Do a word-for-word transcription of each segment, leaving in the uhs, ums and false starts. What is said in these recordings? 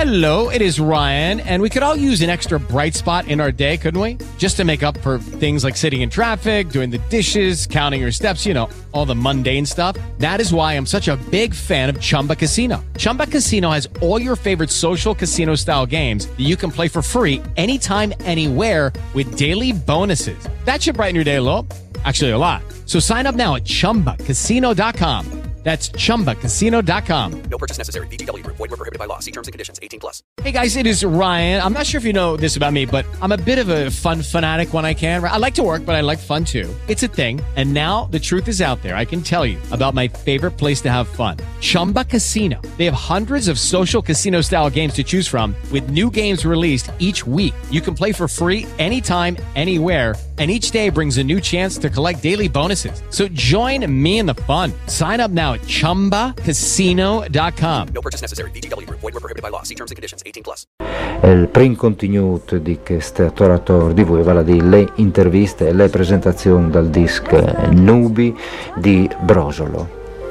Hello, it is Ryan, and we could all use an extra bright spot in our day, couldn't we? Just to make up for things like sitting in traffic, doing the dishes, counting your steps, you know, all the mundane stuff. That is why I'm such a big fan of Chumba Casino. Chumba Casino has all your favorite social casino-style games that you can play for free anytime, anywhere with daily bonuses. That should brighten your day a little. Actually, a lot. So sign up now at chumba casino dot com. That's chumba casino dot com. No purchase necessary. V G W Group. Void where prohibited by law. See terms and conditions. eighteen plus. Hey guys, it is Ryan. I'm not sure if you know this about me, but I'm a bit of a fun fanatic when I can. I like to work, but I like fun too. It's a thing. And now the truth is out there. I can tell you about my favorite place to have fun. Chumba Casino. They have hundreds of social casino style games to choose from with new games released each week. You can play for free anytime, anywhere. And each day brings a new chance to collect daily bonuses. So join me in the fun. Sign up now at chumba casino dot com. No purchase necessary. V G W Group. Void where prohibited by law. See terms and conditions. eighteen plus. Il primo contenuto di questo torator di voi, vale di le interviste e le presentazioni dal disc Nubi di Brosolo.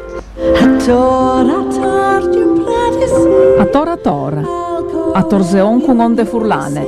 A tora tora, a torseon con onde furlane.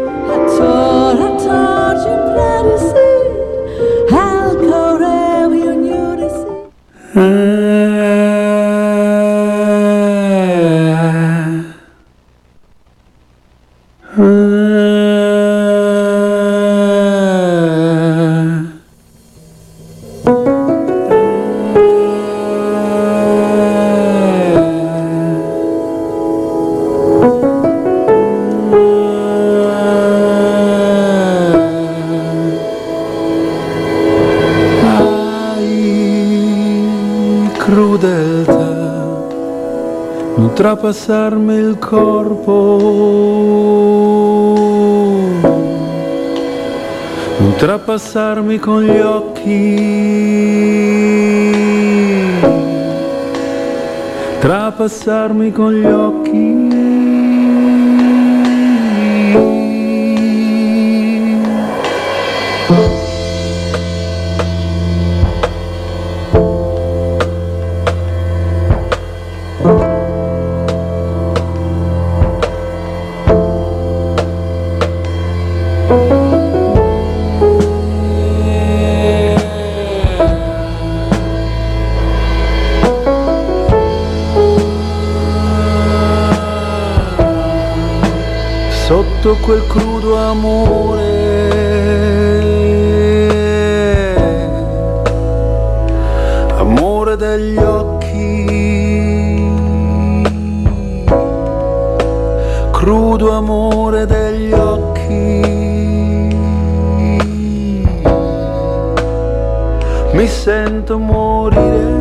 Trapassarmi il corpo, non trapassarmi con gli occhi, trapassarmi con gli occhi. Sotto quel crudo amore, amore degli occhi, crudo amore degli occhi, mi sento morire.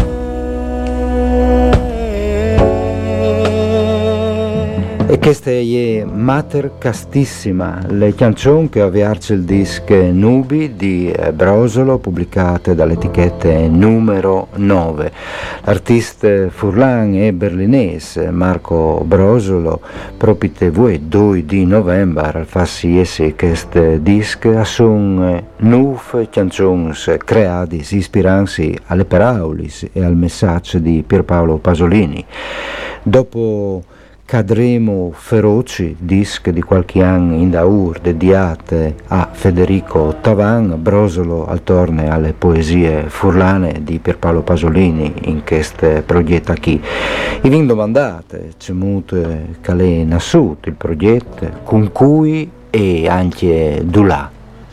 E questa è Mater Castissima, le canzoni che avviarci il disc Nubi di Brosolo, pubblicate dalle etichette numero nove. L'artista furlan e berlinese Marco Brosolo, proprio voi due di novembre, al farsi esse questo disc, sono nuove canzoni create ispirandosi alle parole e al messaggio di Pierpaolo Pasolini. Dopo Cadremo Feroci, disc di qualche anno in daur dediate a Federico Tavan, Brosolo al torne alle poesie furlane di Pierpaolo Pasolini in questo progetto qui. I vin domandate, c'è molto calè nassut il progetto, con cui e anche Dulà.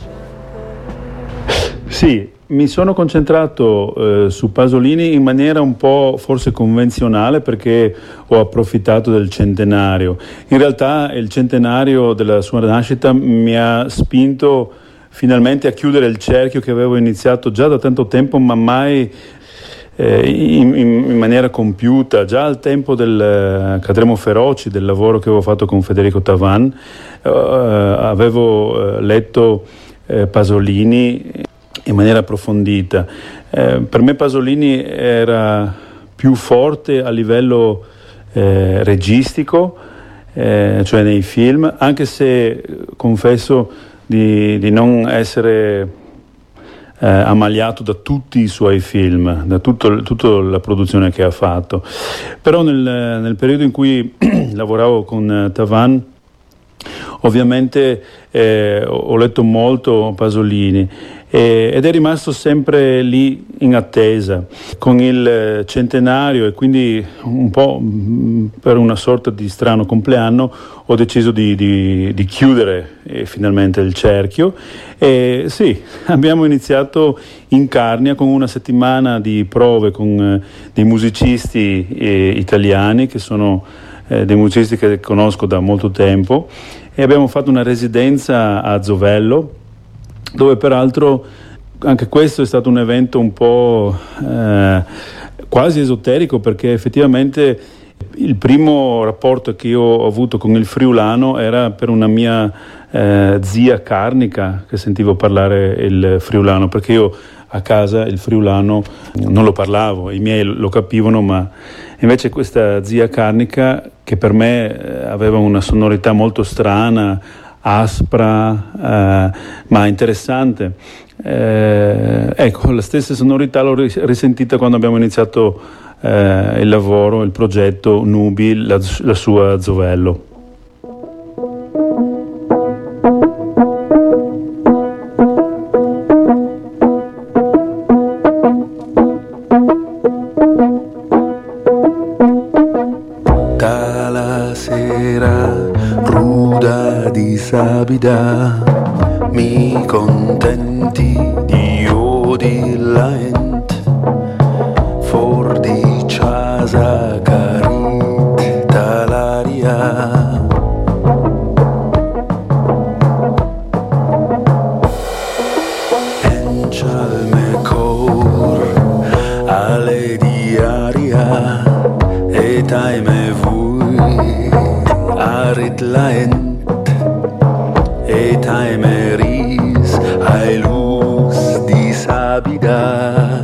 Sì, mi sono concentrato eh, su Pasolini in maniera un po' forse convenzionale, perché ho approfittato del centenario. In realtà il centenario della sua nascita mi ha spinto finalmente a chiudere il cerchio che avevo iniziato già da tanto tempo, ma mai eh, in, in maniera compiuta. Già al tempo del uh, Cadremo Feroci, del lavoro che avevo fatto con Federico Tavan, uh, avevo uh, letto uh, Pasolini in maniera approfondita. Eh, per me Pasolini era più forte a livello eh, registico, eh, cioè nei film, anche se confesso di, di non essere eh, ammaliato da tutti i suoi film, da tutto, tutta la produzione che ha fatto. Però nel, nel periodo in cui lavoravo con Tavan, ovviamente eh, ho letto molto Pasolini eh, ed è rimasto sempre lì in attesa. Con il centenario e quindi un po' per una sorta di strano compleanno ho deciso di, di, di chiudere eh, finalmente il cerchio e sì, abbiamo iniziato in Carnia con una settimana di prove con eh, dei musicisti eh, italiani che sono eh, dei musicisti che conosco da molto tempo, e abbiamo fatto una residenza a Zovello, dove peraltro anche questo è stato un evento un po' eh, quasi esoterico, perché effettivamente il primo rapporto che io ho avuto con il friulano era per una mia eh, zia carnica che sentivo parlare il friulano, perché io a casa il friulano non lo parlavo, i miei lo capivano, ma invece questa zia carnica, che per me aveva una sonorità molto strana, aspra, eh, ma interessante, eh, ecco, la stessa sonorità l'ho risentita quando abbiamo iniziato eh, il lavoro, il progetto Nubi, la, la sua Zovello. Mi contenti di odi laent, for di casa carit talaria. Encial me cor alle diaria, et aime vui arit laent, et aimeris ai luz di sabida.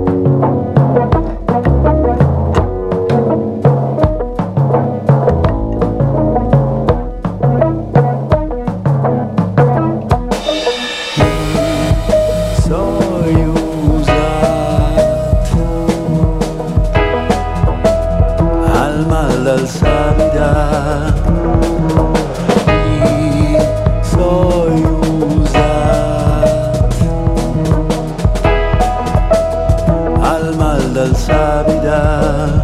Soy usat al mal dal sabida. Soy usat al mal dal sabida.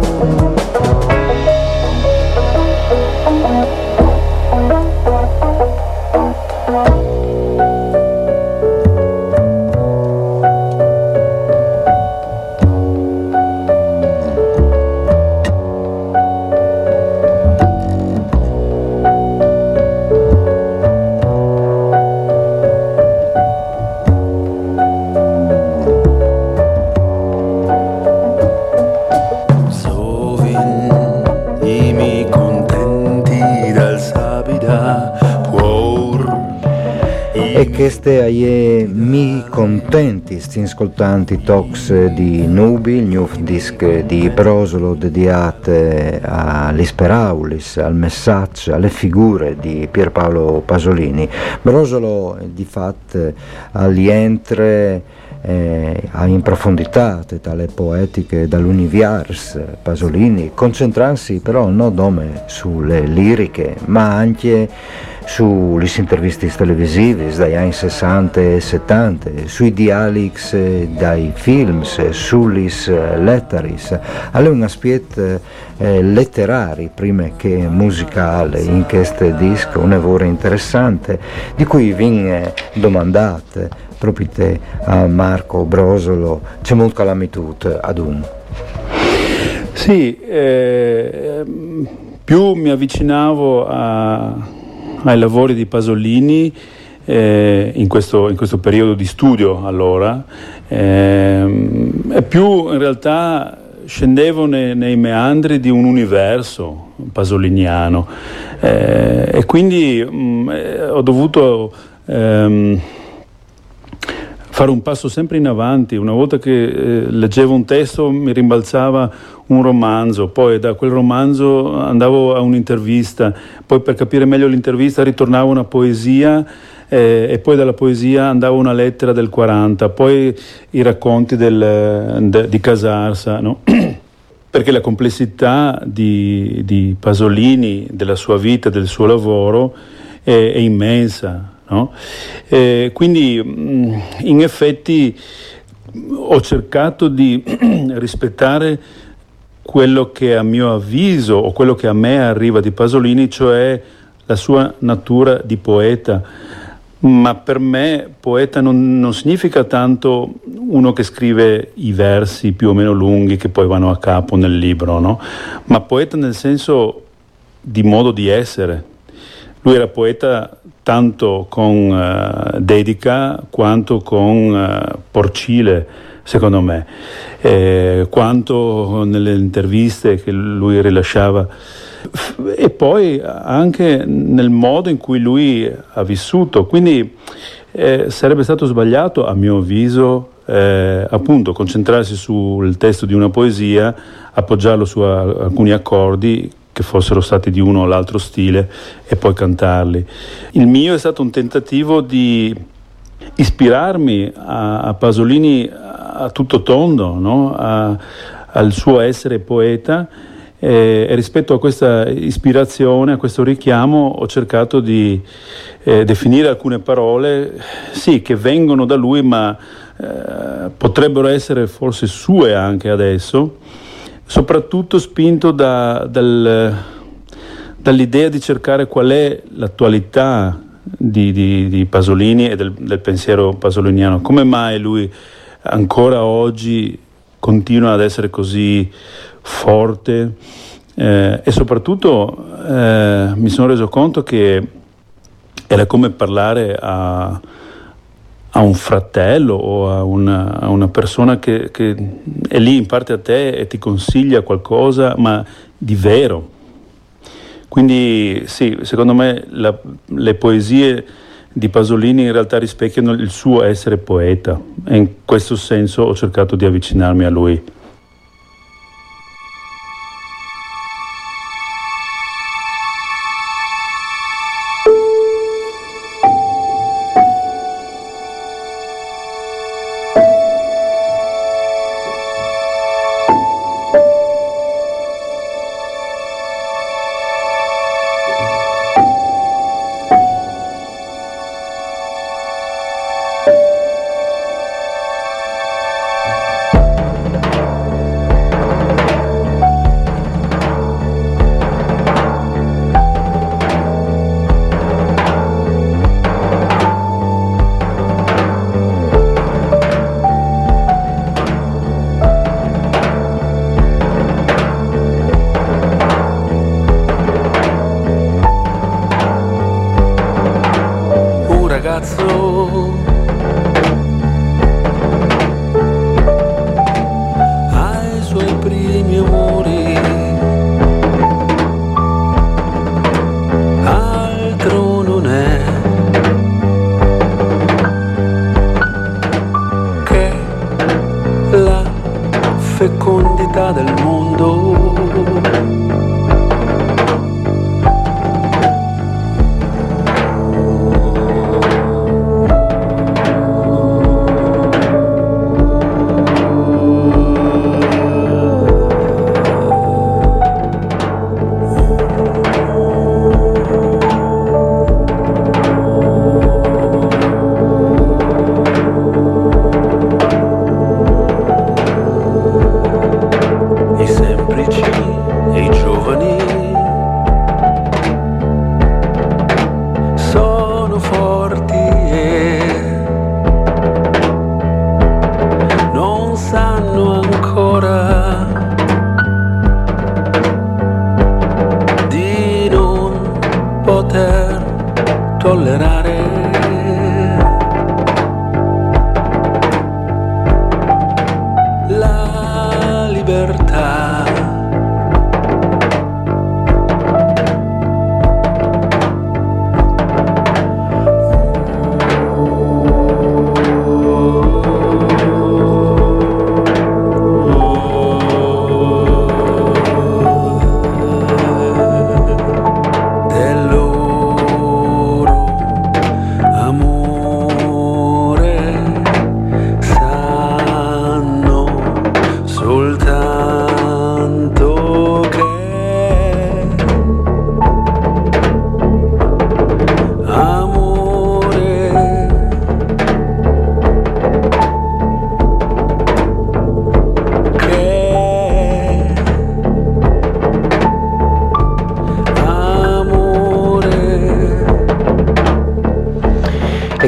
E queste aie mi contenti, sti ascoltanti talks di Nubi, il new disc di Brosolo dedicato all'Isperaulis, al messaggio, alle figure di Pierpaolo Pasolini. Brosolo di fatto all'entre eh, in profondità dalle poetiche dall'Univiars Pasolini, concentrandosi però non nome sulle liriche, ma anche sulle interviste televisive dagli anni sessanta e settanta, sui dialogs dai film, sulle lettaris, alle un aspetto eh, letterari prima che musicale in questo disco, un lavoro interessante di cui viene domandate proprio te a Marco Brosolo, c'è molto calamitut ad un. Sì, eh, più mi avvicinavo a ai lavori di Pasolini eh, in, questo, in questo periodo di studio, allora eh, e più in realtà scendevo nei, nei meandri di un universo pasoliniano eh, e quindi mh, ho dovuto ehm, fare un passo sempre in avanti. Una volta che eh, leggevo un testo mi rimbalzava un romanzo, poi da quel romanzo andavo a un'intervista, poi per capire meglio l'intervista ritornavo a una poesia eh, e poi dalla poesia andava una lettera del quaranta, poi i racconti del, de, di Casarsa, no? Perché la complessità di, di Pasolini, della sua vita, del suo lavoro è, è immensa, no? E quindi in effetti ho cercato di rispettare quello che a mio avviso o quello che a me arriva di Pasolini, cioè la sua natura di poeta. Ma per me poeta non, non significa tanto uno che scrive i versi più o meno lunghi che poi vanno a capo nel libro, no? Ma poeta nel senso di modo di essere. Lui era poeta tanto con uh, dedica quanto con uh, porcile, secondo me, eh, quanto nelle interviste che lui rilasciava, e poi anche nel modo in cui lui ha vissuto. Quindi eh, sarebbe stato sbagliato, a mio avviso, eh, appunto concentrarsi sul testo di una poesia, appoggiarlo su a, alcuni accordi che fossero stati di uno o l'altro stile e poi cantarli. Il mio è stato un tentativo di ispirarmi a, a Pasolini a tutto tondo, no? a, al suo essere poeta, e, e rispetto a questa ispirazione, a questo richiamo, ho cercato di eh, definire alcune parole, sì, che vengono da lui, ma eh, potrebbero essere forse sue anche adesso, soprattutto spinto da, dal, dall'idea di cercare qual è l'attualità di, di, di Pasolini e del, del pensiero pasoliniano. Come mai lui ancora oggi continua ad essere così forte, eh, e soprattutto eh, mi sono reso conto che era come parlare a, a un fratello o a una, a una persona che, che è lì in parte a te e ti consiglia qualcosa, ma di vero. Quindi sì, secondo me la, le poesie di Pasolini in realtà rispecchiano il suo essere poeta, e in questo senso ho cercato di avvicinarmi a lui.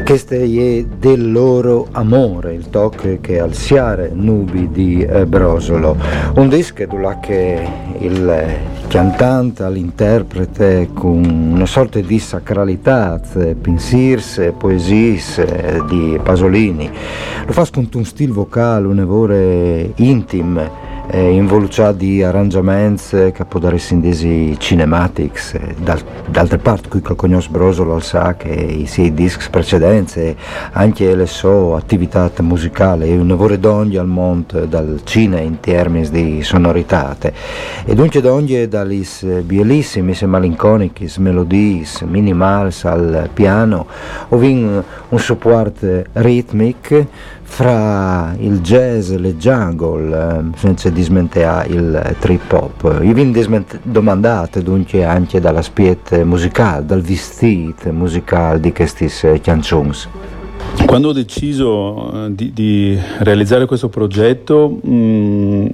questo è del loro amore, il tocco che al siare nubi di eh, Brosolo, un disco dove che il cantante, l'interprete con una sorta di sacralità, pensiers, poesies di Pasolini, lo fa con un stile vocale, un evore intimo, eh, involucrato di arrangiamenti che può dare sindesi cinematics, eh, dal, d'altre parti qui che conosce Brosolo sa che i suoi dischi precedenti anche le sue attività musicali è un evore d'ogni al mondo dal cinema in termini di sonorità e dunque d'ogni dalle bellissime e malinconiche melodie minimali al piano o un, un supporto ritmico fra il jazz e le jungle, senza dismentare il trip hop. Io vi domandate dunque anche dall'aspetto musicale, dal vestito musicale di queste canzoni. Quando ho deciso di, di realizzare questo progetto, mh,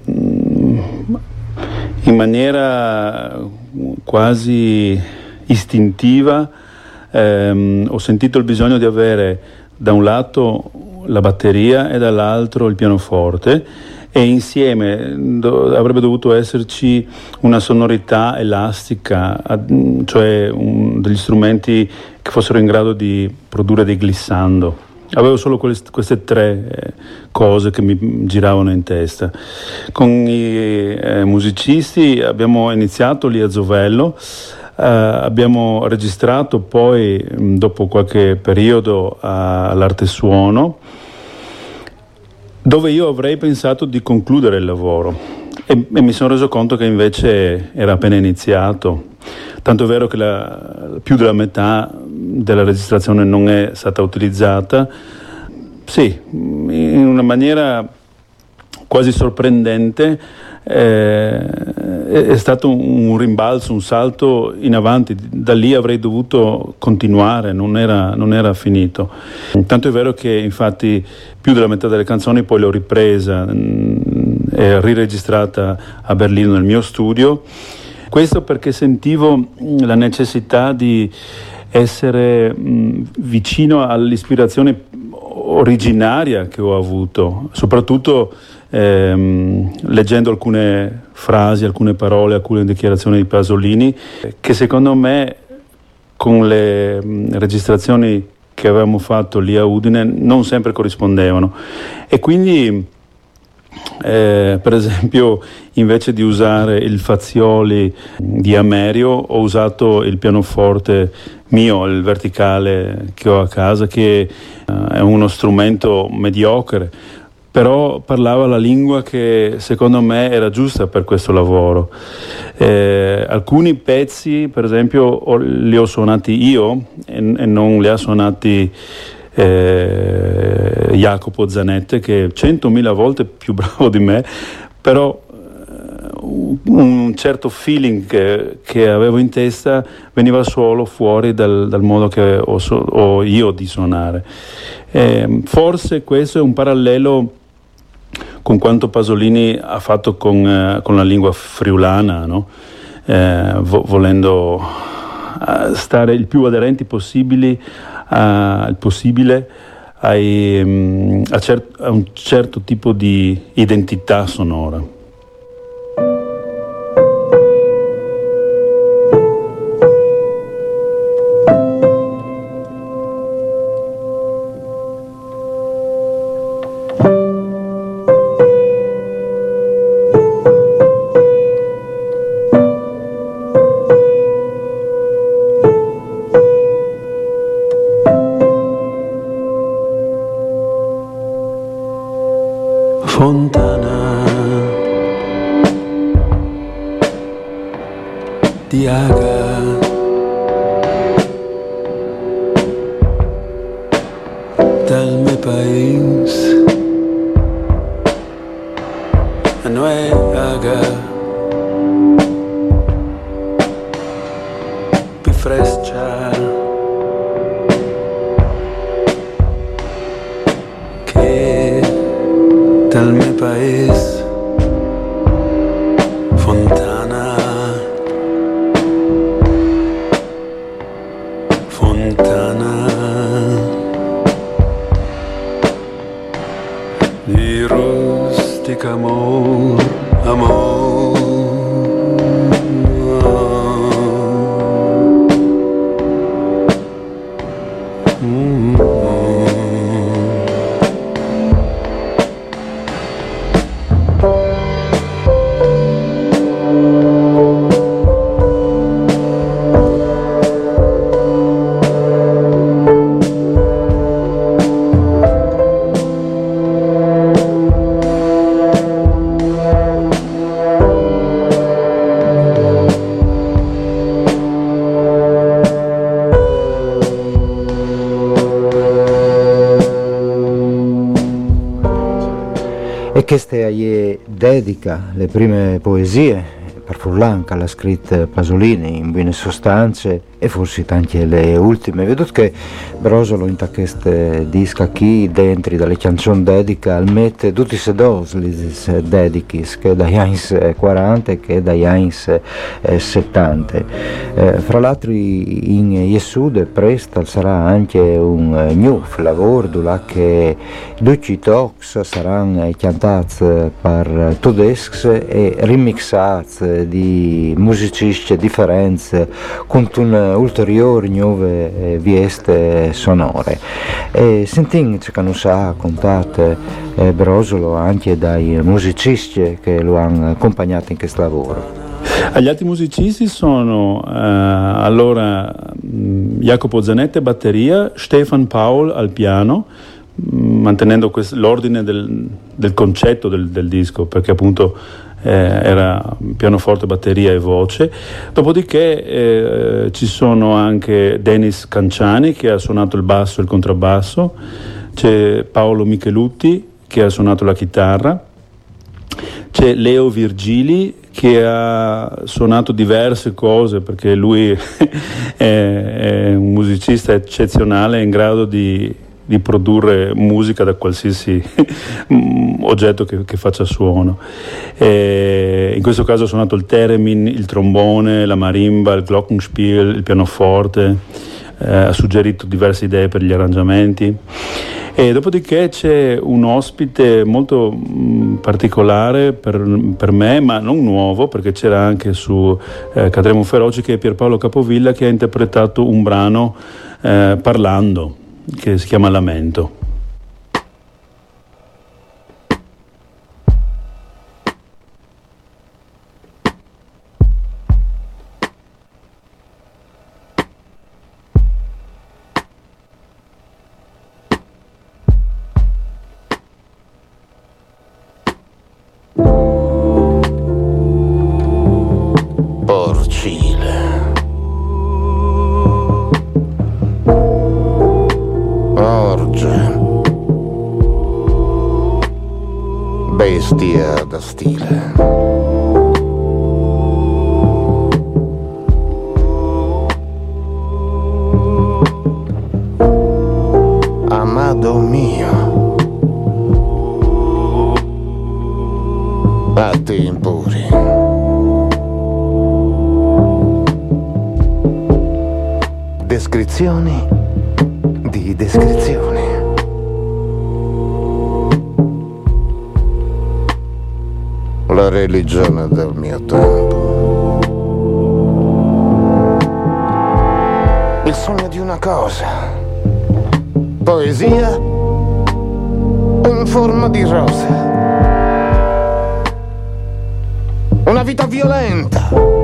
in maniera quasi istintiva, ehm, ho sentito il bisogno di avere da un lato la batteria e dall'altro il pianoforte e insieme do, avrebbe dovuto esserci una sonorità elastica, cioè un, degli strumenti che fossero in grado di produrre dei glissando. Avevo solo queste, queste tre eh, cose che mi giravano in testa. Con i eh, musicisti abbiamo iniziato lì a Zovello. Uh, abbiamo registrato poi, dopo qualche periodo, uh, all'Arte Suono, dove io avrei pensato di concludere il lavoro e, e mi sono reso conto che invece era appena iniziato, tanto è vero che la, più della metà della registrazione non è stata utilizzata. Sì, in una maniera quasi sorprendente. Eh, è stato un rimbalzo, un salto in avanti, da lì avrei dovuto continuare, non era, non era finito. Tanto è vero che infatti più della metà delle canzoni poi l'ho ripresa e riregistrata a Berlino nel mio studio, questo perché sentivo la necessità di essere mh, vicino all'ispirazione originaria che ho avuto, soprattutto Ehm, leggendo alcune frasi, alcune parole, alcune dichiarazioni di Pasolini che secondo me con le mh, registrazioni che avevamo fatto lì a Udine non sempre corrispondevano e quindi eh, per esempio invece di usare il Fazioli di Amerio ho usato il pianoforte mio, il verticale che ho a casa, che eh, è uno strumento mediocre, però parlava la lingua che secondo me era giusta per questo lavoro. Eh, alcuni pezzi, per esempio, li ho suonati io e, e non li ha suonati eh, Jacopo Zanette, che è centomila volte più bravo di me, però un certo feeling che, che avevo in testa veniva solo fuori dal, dal modo che ho, so, ho io di suonare. Eh, forse questo è un parallelo con quanto Pasolini ha fatto con, eh, con la lingua friulana, no? eh, vo- volendo stare il più aderenti possibili a, possibile ai, um, a, cer- a un certo tipo di identità sonora. Fontana di Aga, del mio paese, non è Aga, più fresca dal mio paese, Fontana, Fontana. questa è dedica le prime poesie per Furlan che l'ha scritta Pasolini in buone sostanze e forse anche le ultime. Vedete che Brosolo in queste disca qui dentro dalle canzoni dedica al mette tutti se dos le dedichis che dagli anni quaranta e che dagli anni settanta. Eh, fra l'altro in Iesude presto sarà anche un new lavoro là che tutti i talks saranno cantati per tedeschi e remixati di musicisti differenze con un ulteriori nuove vieste sonore. E sentiamo che non sa contate eh, Brosolo anche dai musicisti che lo hanno accompagnato in questo lavoro. Agli altri musicisti sono eh, allora Jacopo Zanette batteria, Stefan Paul al piano, mantenendo quest- l'ordine del, del concetto del, del disco, perché appunto Eh, era pianoforte, batteria e voce. Dopodiché eh, ci sono anche Denis Canciani che ha suonato il basso e il contrabbasso, c'è Paolo Michelutti che ha suonato la chitarra, c'è Leo Virgili che ha suonato diverse cose perché lui è, è un musicista eccezionale in grado di di produrre musica da qualsiasi oggetto che, che faccia suono. E in questo caso ho suonato il theremin, il trombone, la marimba, il glockenspiel, il pianoforte, eh, ha suggerito diverse idee per gli arrangiamenti. E dopodiché c'è un ospite molto mh, particolare per, per me, ma non nuovo, perché c'era anche su eh, Cadremo Feroci, che è Pierpaolo Capovilla, che ha interpretato un brano eh, parlando, che si chiama Lamento. Bestia da stile. Amado mio, a te impuri. Descrizioni di descrizioni. La religione del mio tempo. Il sogno di una cosa. Poesia in forma di rosa. Una vita violenta.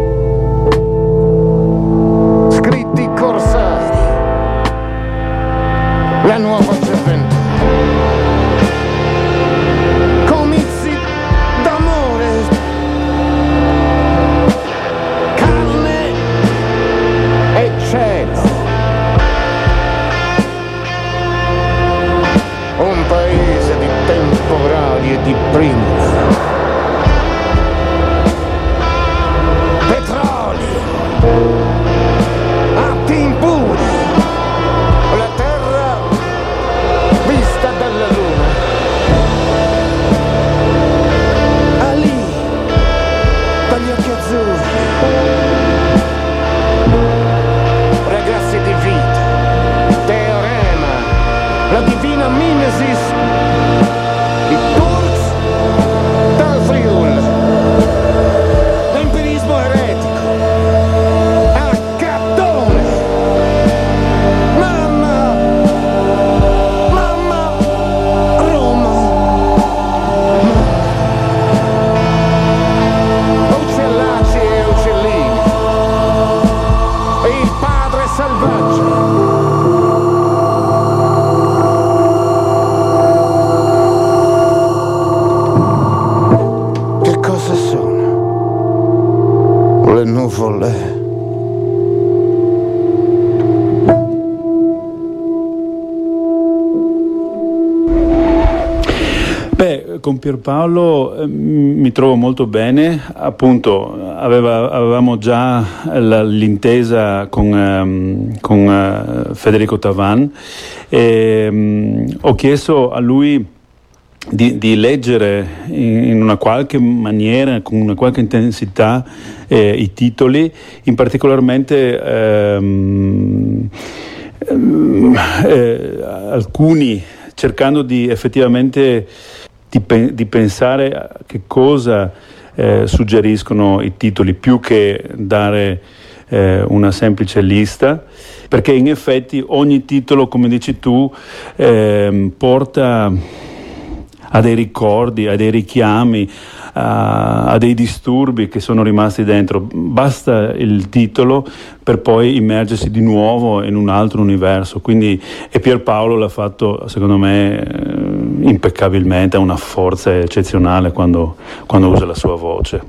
Scritti corsari. La nuova gioventù. Un paese di temporali e di primula. Petrolio, atti impuri, la terra vista dalla luna. Ali, dagli occhi azzurri, ragazzi di vita, teorema, la divina mimesis, i Turks dal Friul, l'empirismo eretico, Accattone, mamma, mamma, Roma, uccellacci e uccellini, il padre selvaggio. Le nuvole. Beh, con Pierpaolo eh, mi trovo molto bene, appunto aveva, avevamo già la, l'intesa con, um, con uh, Federico Tavan e um, ho chiesto a lui di, di leggere in, in una qualche maniera, con una qualche intensità eh, i titoli, in particolarmente ehm, eh, alcuni, cercando di effettivamente di, pe- di pensare a che cosa eh, suggeriscono i titoli, più che dare eh, una semplice lista, perché in effetti ogni titolo, come dici tu, eh, porta a dei ricordi, a dei richiami, a, a dei disturbi che sono rimasti dentro. Basta il titolo per poi immergersi di nuovo in un altro universo. Quindi, e Pierpaolo l'ha fatto, secondo me, eh, impeccabilmente, ha una forza eccezionale quando, quando usa la sua voce.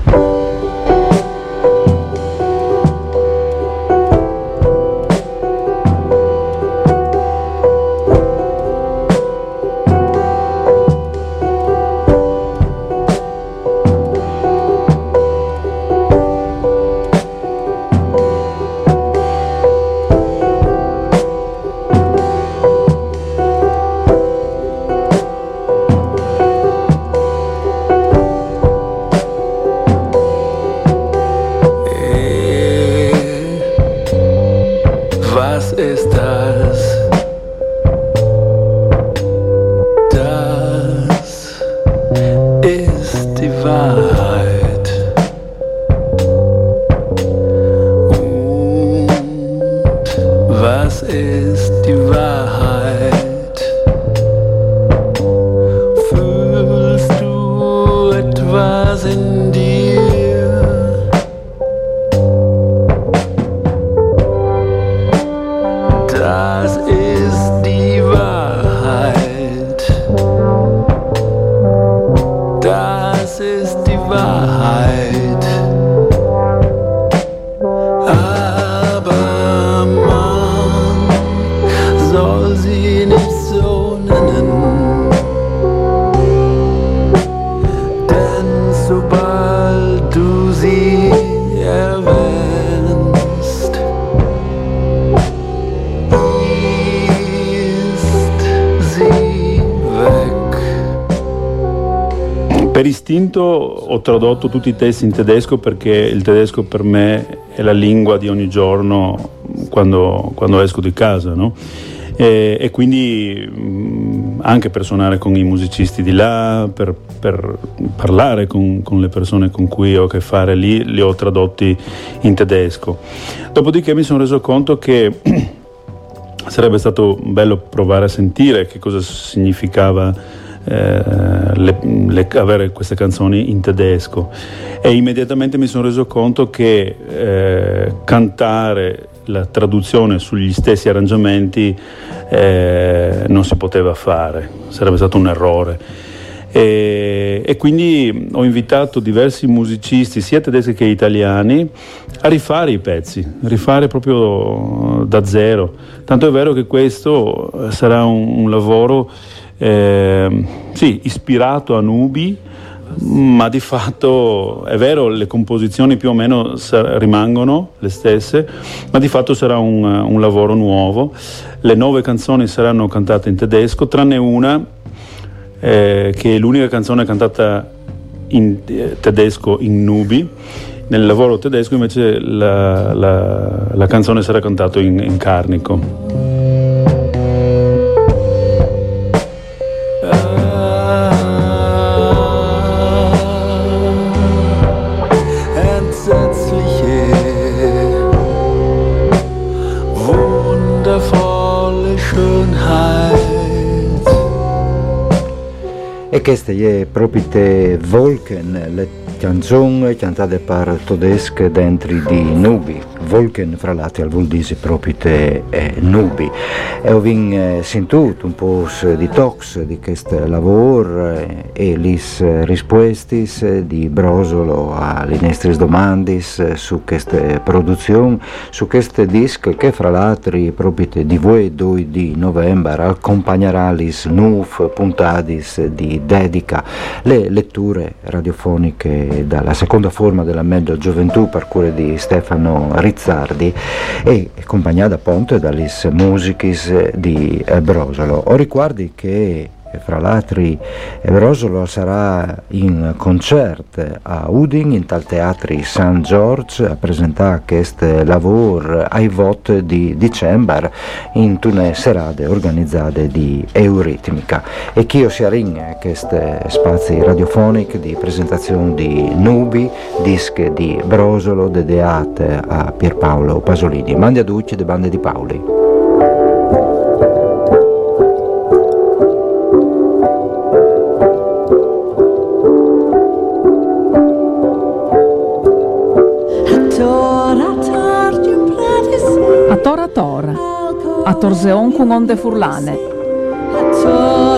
Per istinto ho tradotto tutti i testi in tedesco, perché il tedesco per me è la lingua di ogni giorno quando, quando esco di casa, no? E, e quindi mh, anche per suonare con i musicisti di là, per, per parlare con, con le persone con cui ho a che fare lì, li ho tradotti in tedesco. Dopodiché mi sono reso conto che sarebbe stato bello provare a sentire che cosa significava Eh, le, le, avere queste canzoni in tedesco, e immediatamente mi sono reso conto che eh, cantare la traduzione sugli stessi arrangiamenti eh, non si poteva fare, sarebbe stato un errore, e, e quindi ho invitato diversi musicisti sia tedeschi che italiani a rifare i pezzi, rifare proprio da zero, tanto è vero che questo sarà un, un lavoro Eh, sì, ispirato a Nubi, ma di fatto è vero, le composizioni più o meno sar- rimangono le stesse, ma di fatto sarà un, un lavoro nuovo. Le nove canzoni saranno cantate in tedesco, tranne una eh, che è l'unica canzone cantata in eh, tedesco in Nubi. Nel lavoro tedesco invece la, la, la canzone sarà cantata in, in carnico. E queste è proprio te Volken, le canzone cantate per tedesche dentro di Nubi, Wolken fra l'altro al vuol dire proprio te eh, Nubi. E ho vin eh, sentito un po' di talks di questo lavoro eh, e le risposte eh, di Brosolo alle nostre domande eh, su queste produzioni, su questo disco che fra l'altro proprio di voi due di novembre accompagnerà le nuf puntadis di dedica le letture radiofoniche dalla seconda forma della meglio gioventù per cura di Stefano Rizzardi e accompagnata appunto dalle musiche di Brosolo. O ricordi che fra l'altro Brosolo sarà in concerto a Udin in tal teatri San Giorgio a presentare questo lavoro ai voti di dicembre in tune serate organizzate di Euritmica e chi si arringa questi spazi radiofonici di presentazione di Nubi, dische di Brosolo dedicate a Pierpaolo Pasolini. Mandi a Ducci de Bande di Paoli. A tora tora, a torzeon con onde furlane.